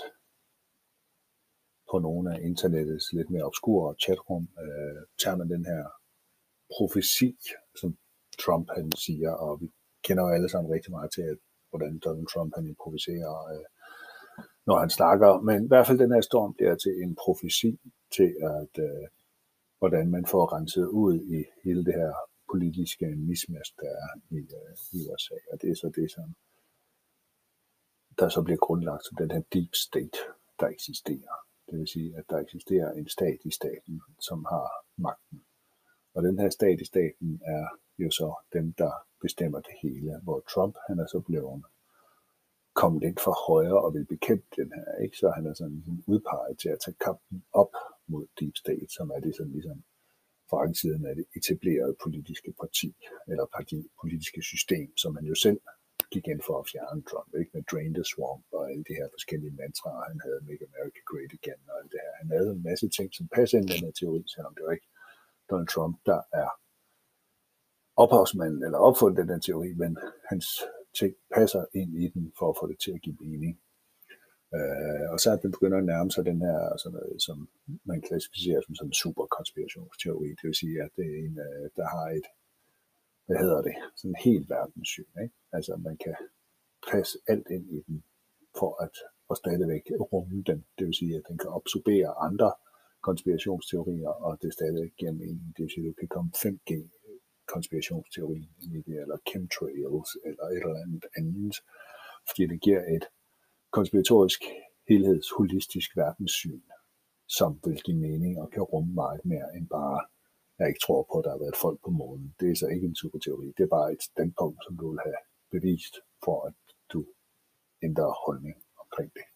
på nogle af internettets lidt mere obskure chatrum, øh, tager man den her profeti, som Trump han siger, og vi kender jo alle sammen rigtig meget til, at, hvordan Donald Trump han improviserer, øh, når han snakker, men i hvert fald den her storm bliver til en profeti til, at øh, hvordan man får renset ud i hele det her politiske mismatch, der er i, øh, i U S A, og det er så det, som der så bliver grundlagt som den her deep state, der eksisterer. Det vil sige, at der eksisterer en stat i staten, som har magten. Og den her stat i staten er jo så dem, der bestemmer det hele, hvor Trump, han er så blevet kommet lidt for højre og vil bekæmpe den her, ikke? Så han er sådan ligesom udpeget til at tage kampen op mod deep state, som er det sådan ligesom forretningssiden af det etablerede politiske parti, eller parti, politiske system, som han jo selv gik ind for at fjerne Trump, ikke? Med Drain the Swamp og alle de her forskellige mantraer, han havde, Make America Great Again og alt det her. Han havde en masse ting, som passer ind i den her teori, selvom det var ikke Donald Trump, der er ophavsmanden eller opfundet den her teori, men hans ting passer ind i den for at få det til at give mening. Uh, og så er den begynder at nærme sig den her, sådan noget, som man klassificerer som sådan en superkonspirationsteori. Det vil sige, at det er en, der har et, hvad hedder det, sådan en helt verdenssyn. Ikke? Altså man kan passe alt ind i den for at og stadigvæk rumme den. Det vil sige, at den kan absorbere andre konspirationsteorier, og det stadigvæk giver mening. Det vil sige, at du kan komme fem G konspirationsteori ind i det, eller chemtrails, eller et eller andet andet, fordi det giver et konspiratorisk helheds, holistisk verdenssyn, som vil give mening og kan rumme meget mere end bare, jeg ikke tror på, at der har været folk på månen. Det er så ikke en superteori. Det er bare et standpunkt, som du vil have bevist, for at du ændrer holdning omkring det.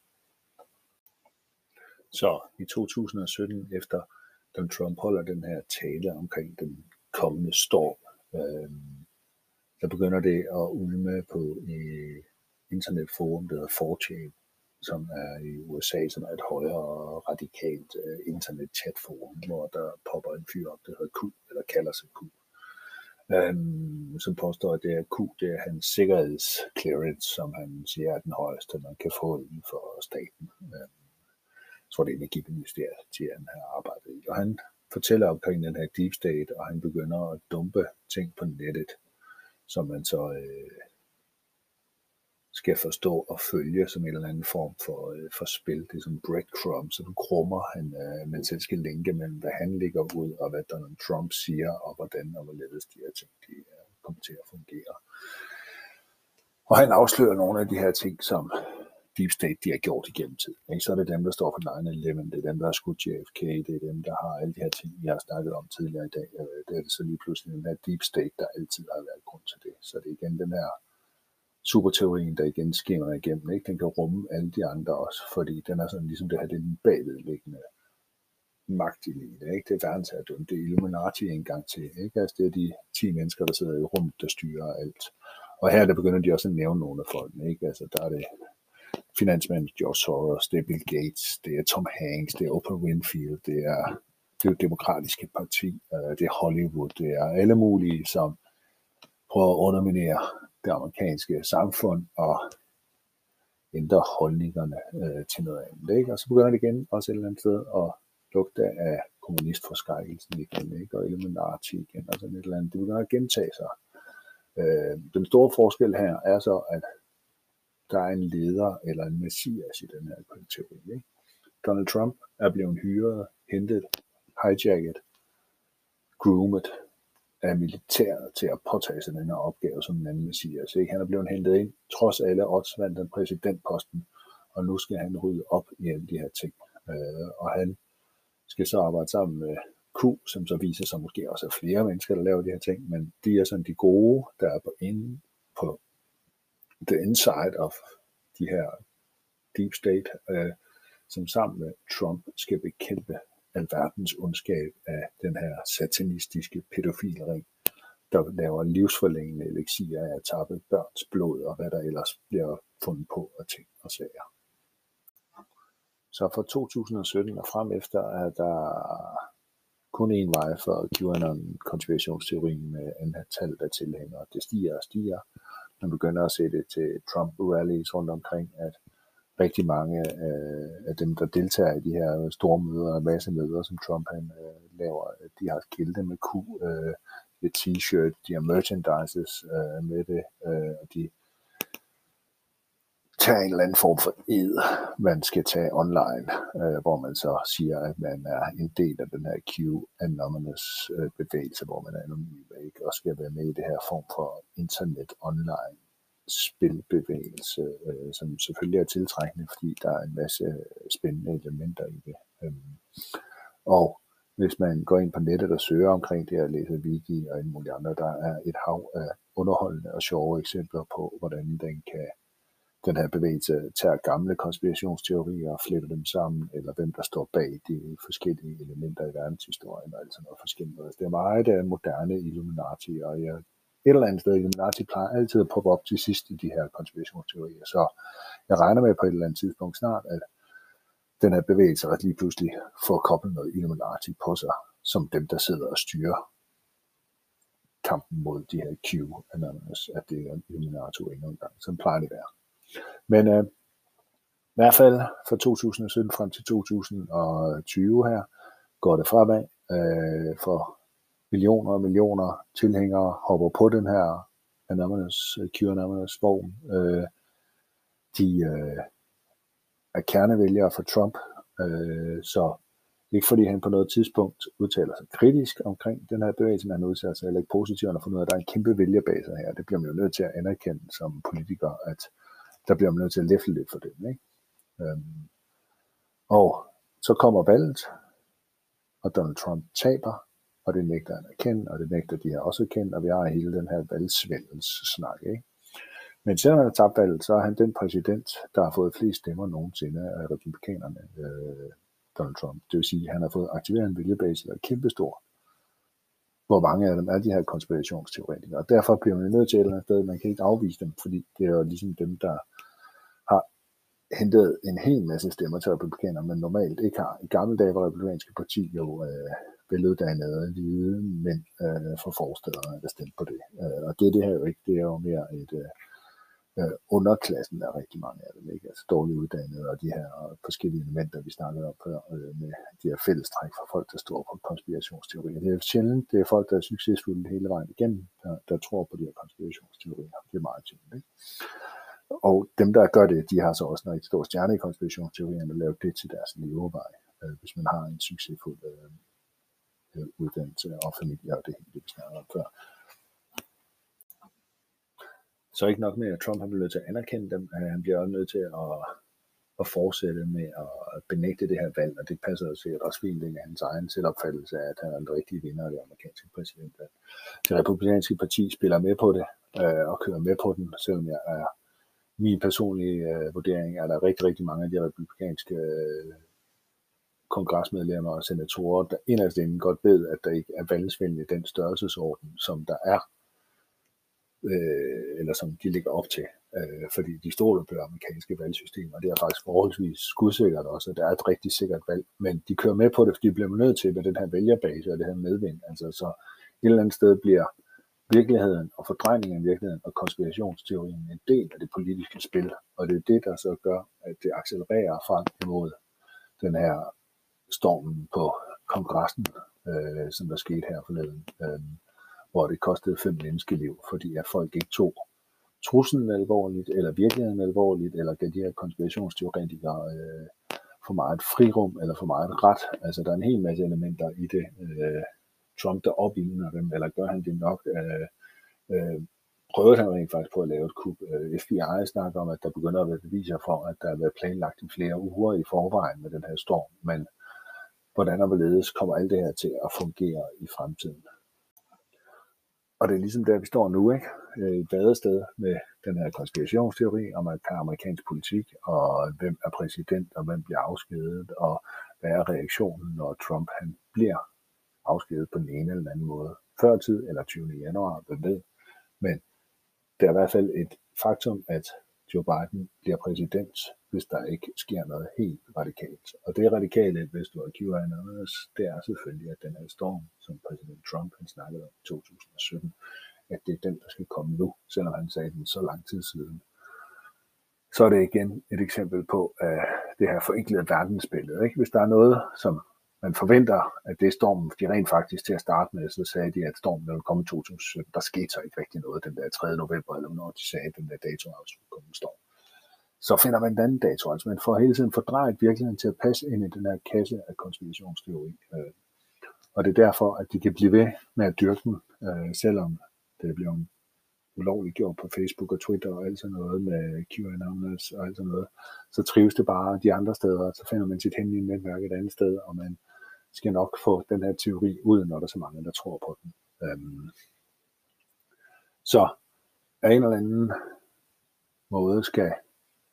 Så i to tusind og sytten, efter Donald Trump holder den her tale omkring den kommende storm, øh, der begynder det at ulme på i internetforum, der hedder four chan, som er i U S A, som er et højere radikalt uh, internet-chatforum, hvor der popper en fyr op, der hedder Q, eller kalder sig Q, um, som påstår, at det er Q, det er hans sikkerhedsclearance, som han siger er den højeste, man kan få inden for staten. Um, jeg tror, det er Energiministeriet, til han har arbejdet i. Og han fortæller omkring den her deep state, og han begynder at dumpe ting på nettet, som man så øh, skal forstå og følge som en eller anden form for, øh, for spil. Det er som breadcrumbs, så du krummer, han, øh, man selv skal linke mellem, hvad han lægger ud, og hvad Donald Trump siger, og hvordan og hvorledes de her ting de, øh, kommer til at fungere. Og han afslører nogle af de her ting, som Deep State de har gjort igennem tid. Ikke? Så er det dem, der står for nine eleven, det er dem, der har skudt J F K, det er dem, der har alle de her ting, vi har snakket om tidligere i dag. Det er det så lige pludselig den her Deep State, der altid har været grund til det. Så det er igen den her superteorien, der igen skinner igennem. Ikke? Den kan rumme alle de andre også, fordi den er sådan ligesom det her, det er den bagvedliggende magtelite. Ikke? Det er verdensherredømme, det er Illuminati en gang til. Ikke? Altså, det er de ti mennesker, der sidder i rummet, der styrer alt. Og her der begynder de også at nævne nogle af folkene. Ikke? Altså, der er det finansmand George Soros, det er Bill Gates, det er Tom Hanks, det er Oprah Winfrey, det er det er jo demokratiske parti, det er Hollywood, det er alle mulige, som prøver at underminere det amerikanske samfund og ændre holdningerne øh, til noget andet. Ikke? Og så begynder det igen også et eller andet sted at lugte af kommunistforskrækkelsen igen, ikke? Og Illuminati igen, og sådan et eller andet. Det begynder at gentage sig. Øh, den store forskel her er så, at der er en leder eller en messias i den her teori. Ikke? Donald Trump er blevet hyret, hentet, hijacket, groomet af militæret til at påtage sig den her opgave som en anden messias. Ikke? Han er blevet hentet ind, trods alle odds vandt den præsidentposten, og nu skal han rydde op i alle de her ting. Øh, og han skal så arbejde sammen med Q, som så viser sig måske også er flere mennesker, der laver de her ting, men de er sådan de gode, der er på inde på the inside of de her deep state, øh, som sammen med Trump skal bekæmpe alverdens ondskab af den her satanistiske pædofilring, der laver livsforlængende elixier af at tappe børns blod, og hvad der ellers bliver fundet på af ting og sager. Så fra to tusind og sytten og frem efter er der kun en vej for QAnon-konspirationsteorien med antallet af tilhængere. Det stiger og stiger. Man begynder at se det til Trump-rallies rundt omkring, at rigtig mange af dem, der deltager i de her store møder og masse møder, som Trump han øh, laver, de har skilte med Q, øh, et t-shirt, de har merchandises øh, med det, øh, og de tager en eller anden form for ed, man skal tage online, øh, hvor man så siger, at man er en del af den her Q-anonymous øh, bevægelse, hvor man er anonym, ikke? Og skal være med i det her form for internet online spilbevægelse, øh, som selvfølgelig er tiltrækkende, fordi der er en masse spændende elementer i det. Øhm, og hvis man går ind på nettet og søger omkring det og læser wiki og en mulig andre, der er et hav af underholdende og sjove eksempler på, hvordan den kan den her bevægelse tager gamle konspirationsteorier og fletter dem sammen, eller hvem der står bag de forskellige elementer i verdenshistorien og alt sådan noget forskelligt. Det er meget uh, moderne Illuminati, og jeg, et eller andet sted Illuminati plejer altid at poppe op til sidst i de her konspirationsteorier, så jeg regner med på et eller andet tidspunkt snart, at den her bevægelse ret lige pludselig får koblet noget Illuminati på sig, som dem, der sidder og styrer kampen mod de her Q-anonymous, at det er Illuminati endnu en gang. Sådan plejer det at være. Men øh, i hvert fald fra to tusind og sytten frem til to tusind og tyve her, går det fremad øh, for millioner og millioner tilhængere hopper på den her anonymous, Q-anonymous vogn. Øh, de øh, er kernevælgere for Trump, øh, så ikke fordi han på noget tidspunkt udtaler sig kritisk omkring den her bevægelse, men han udtaler sig heller ikke positivt, og fundet ud af, at der er en kæmpe vælgerbase her. Det bliver man jo nødt til at anerkende som politiker, at der bliver man nødt til at læfle lidt for dem. Ikke? Øhm, og så kommer valget, og Donald Trump taber, og det nægter han at kende, og det nægter de her også at kende, og vi har hele den her valgsvindels snak. Ikke? Men selvom han har tabt valget, så er han den præsident, der har fået flest stemmer nogensinde af republikanerne, øh, Donald Trump. Det vil sige, at han har fået aktiveret en vælgerbase, der er kæmpestor. Hvor mange af dem er de her konspirationsteoretikere. Og derfor bliver man nødt til et eller andet sted, man kan ikke afvise dem, fordi det er jo ligesom dem, der har hentet en hel masse stemmer til republikanere, men normalt ikke har. I gamle dage var republikanske parti jo øh, veluddannede, hvide mænd øh, fra forstederne, der stemte på det. Øh, og det er det her jo ikke. Det er jo mere et øh, øh, underklassen, der er rigtig mange af dem, ikke? Altså dårligt uddannede, og de her forskellige elementer, vi snakkede om før, øh, med de her fællestræk fra folk, der står på konspirationsteorier. Det er sjældent, det er folk, der er succesfulde hele vejen igennem, der, der tror på de her konspirationsteorier. Det er meget sjældent, ikke? Og dem, der gør det, de har så også en rigtig stor stjerne i konspirationsteorierne, og lavet det til deres levevej, øh, hvis man har en succesfuld øh, uddannelse og familie, og det hele, vi snakkede om før. Så ikke nok med, at Trump har blevet nødt til at anerkende dem, han bliver også nødt til at, at fortsætte med at benægte det her valg, og det passer jo sikkert også fint ind i hans egen selvopfattelse af, at han er en rigtig vinder af det amerikanske præsidentvalg. Det republikanske parti spiller med på det, øh, og kører med på den, selvom jeg er min personlige øh, vurdering, er der rigtig, rigtig mange af de republikanske øh, kongresmedlemmer og senatorer, der inderst inden godt ved, at der ikke er valgsvindel i den størrelsesorden, som der er, øh, eller som de ligger op til, øh, fordi de stoler på det amerikanske valgsystem, og det er faktisk forholdsvis skudsikkert også, at der er et rigtig sikkert valg, men de kører med på det, fordi de bliver nødt til med den her vælgerbase og det her medvind, altså så et eller andet sted bliver virkeligheden og fordrejningen af virkeligheden og konspirationsteorien en del af det politiske spil, og det er det, der så gør, at det accelererer frem imod den her stormen på kongressen, øh, som der skete her forleden, øh, hvor det kostede fem menneskeliv, fordi at folk ikke tog truslen alvorligt, eller virkeligheden alvorligt, eller gav de her konspirationsteoretikere øh, for meget frirum, eller for meget ret. Altså, der er en hel masse elementer i det. Øh, Trump, der opildner dem, eller gør han det nok? Øh, øh, prøvede han rent faktisk på at lave et kup. Øh, F B I snakker om, at der begynder at være beviser for, at der har været planlagt i flere uger i forvejen med den her storm, men hvordan og hvorledes kommer alt det her til at fungere i fremtiden? Og det er ligesom der, vi står nu, ikke? I et badested med den her konspirationsteori om at amerikansk politik, og hvem er præsident, og hvem bliver afskedet, og hvad er reaktionen, når Trump han bliver afskedet på den ene eller anden måde. Før tid, eller tyvende januar, hvem ved. Men det er i hvert fald et faktum, at Joe Biden bliver præsident, hvis der ikke sker noget helt radikalt. Og det radikale, hvis du har QAnon, det er selvfølgelig, at den her storm, som præsident Trump han snakkede om i to tusind og sytten, at det er den, der skal komme nu, selvom han sagde den så lang tid siden. Så er det igen et eksempel på uh, det her forenklede verdensbillede. Ikke? Hvis der er noget, som man forventer, at det er stormen, de rent faktisk til at starte med, så sagde de, at stormen ville komme i to tusind og sytten. Der skete så ikke rigtig noget den der tredje november, eller når de sagde, at den der dato skulle komme en storm. Så finder man en anden dato, altså man får hele tiden fordrejet virkeligheden til at passe ind i den her kasse af konspirationsteori. Og det er derfor, at de kan blive ved med at dyrke den, selvom det bliver ulovligt gjort på Facebook og Twitter og alt sådan noget med QAnon og alt sådan noget. Så trives det bare de andre steder, så finder man sit hemmelige netværk et andet sted, og man skal nok få den her teori ud, når der er så mange, der tror på den. Øhm. Så af en eller anden måde skal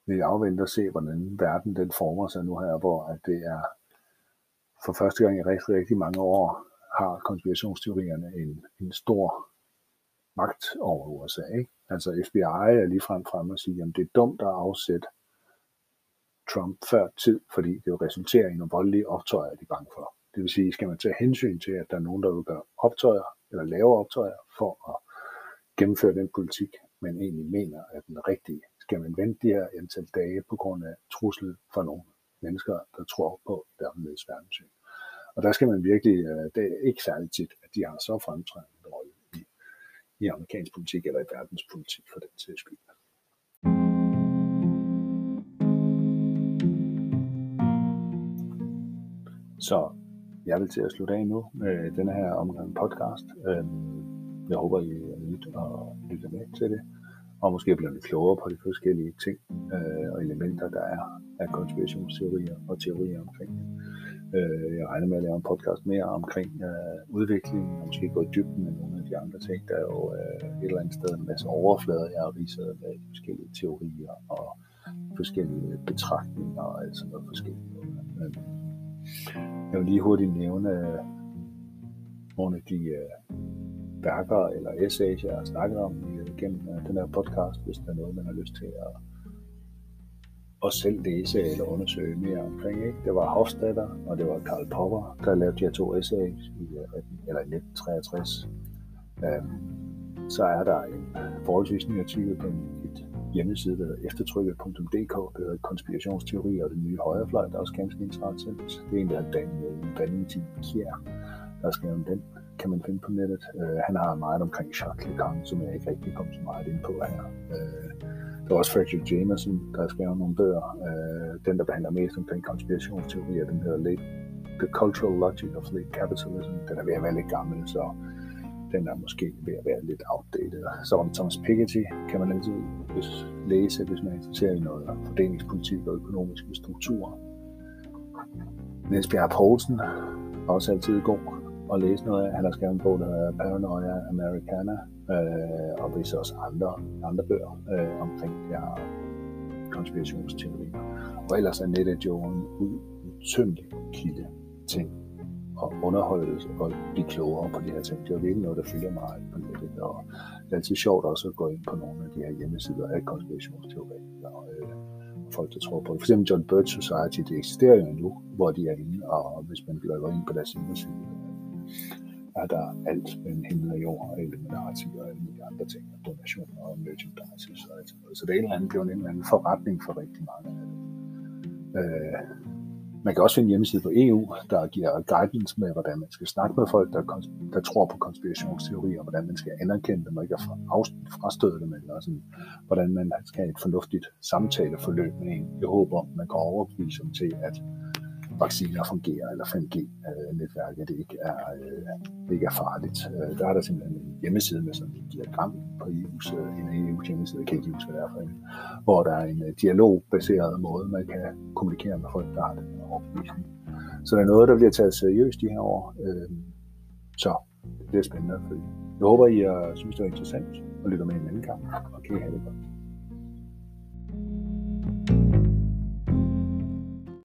vi afventer og se, hvordan verden den former sig nu her, hvor at det er for første gang i rigtig, rigtig mange år, har konspirationsteorierne en, en stor magt over U S A. Ikke? Altså F B I er lige frem frem og sige, at det er dumt at afsætte Trump før tid, fordi det jo resulterer i nogle voldelige optøjer, de er bange for. Det vil sige, skal man tage hensyn til, at der er nogen, der vil gøre optøjer, eller lave optøjer, for at gennemføre den politik, man egentlig mener er den rigtige. Skal man vente de her antal dage på grund af trussel fra nogle mennesker, der tror på et anderledes verdenssyn. Og der skal man virkelig, det er ikke særlig tit, at de har så fremtrædende en rolle i, i amerikansk politik eller i verdenspolitik for den sags skyld. Så jeg vil til at slutte af nu med denne her omgang podcast. Jeg håber, I er nyt og lytter med til det, og måske bliver lidt klogere på de forskellige ting og elementer, der er af konspirationsteorier og teorier omkring det. Jeg regner med at lave en podcast mere omkring udviklingen, og måske gå i dybden med nogle af de andre ting. Der er jo et eller andet sted en masse overflader, jeg har ridset med forskellige teorier og forskellige betragtninger og alt sådan noget forskelligt. Men jeg vil lige hurtigt nævne nogle af de værker eller essays, jeg har snakket om gennem den her podcast, hvis der er noget, man har lyst til at, at selv læse eller undersøge mere omkring. Ikke? Det var Hofstadter, og det var Karl Popper, der lavede de her to essays i, eller i nitten treogtres. Um, så er der en forholdsvis ny artikel på et hjemmeside, der hedder eftertrykket punktum d k, der hedder konspirationsteori og den nye højrefløj, der er også ganske interessant. Det er en, der er Daniel Valentin Kjær, der har skrevet den. Kan man finde på nettet. Uh, han har meget omkring Jacques Lacan, som jeg ikke rigtig kom så meget ind på her. Uh, der er også Frederick Jameson, der har skrevet nogle bøger. Uh, den, der behandler mest omkring konspirationsteorier, den hedder late, The Cultural Logic of Late Capitalism. Den er ved at være lidt gammel, så den er måske ved at være lidt outdated. Så om Thomas Piketty kan man altid læse, hvis man er interesseret i noget fordelingspolitik og økonomiske strukturer. Niels Bjerre Poulsen er også altid god at læse noget af. Han har skrevet en bog, der hedder Paranoia Americana, øh, og vist også andre, andre bøger øh, omkring de her konspirationsteorier. Og ellers er nettet jo en udtømmelig kilde til at underholdes og blive klogere på de her ting. Det er jo virkelig noget, der fylder meget på nettet, og det er altid sjovt også at gå ind på nogle af de her hjemmesider af konspirationsteorier og øh, folk, der tror på det. For eksempel John Birch Society, det eksisterer jo endnu, hvor de er inde, og hvis man går ind på deres hjemmeside, er der alt mellem himmel og jord, og Illuminati og alle mulige andre ting, og donationer og merchandise og sådan noget. Så det er en eller anden, det er en eller anden forretning for rigtig mange af dem. Øh, Man kan også finde en hjemmeside på E U, der giver guidance med, hvordan man skal snakke med folk, der, der tror på konspirationsteorier, og hvordan man skal anerkende dem og ikke frastøde dem, eller sådan, hvordan man skal have et fornuftigt samtaleforløb med en. Jeg håber, man kan overbevise dem til, at vacciner fungerer, eller fem G-netværket det ikke er, øh, ikke er farligt. Øh, der er der simpelthen en hjemmeside med sådan et diagram på E U's, en af E U's hjemmeside, jeg kan ikke huske, hvad det er for en, hvor der er en dialogbaseret måde, man kan kommunikere med folk, der har den overbevisning. Så det er noget, der bliver taget seriøst de her år. Øh, så det bliver spændende at følge. Jeg håber, I uh, synes, det var interessant, og lytter med en anden gang. Okay, ha' det godt.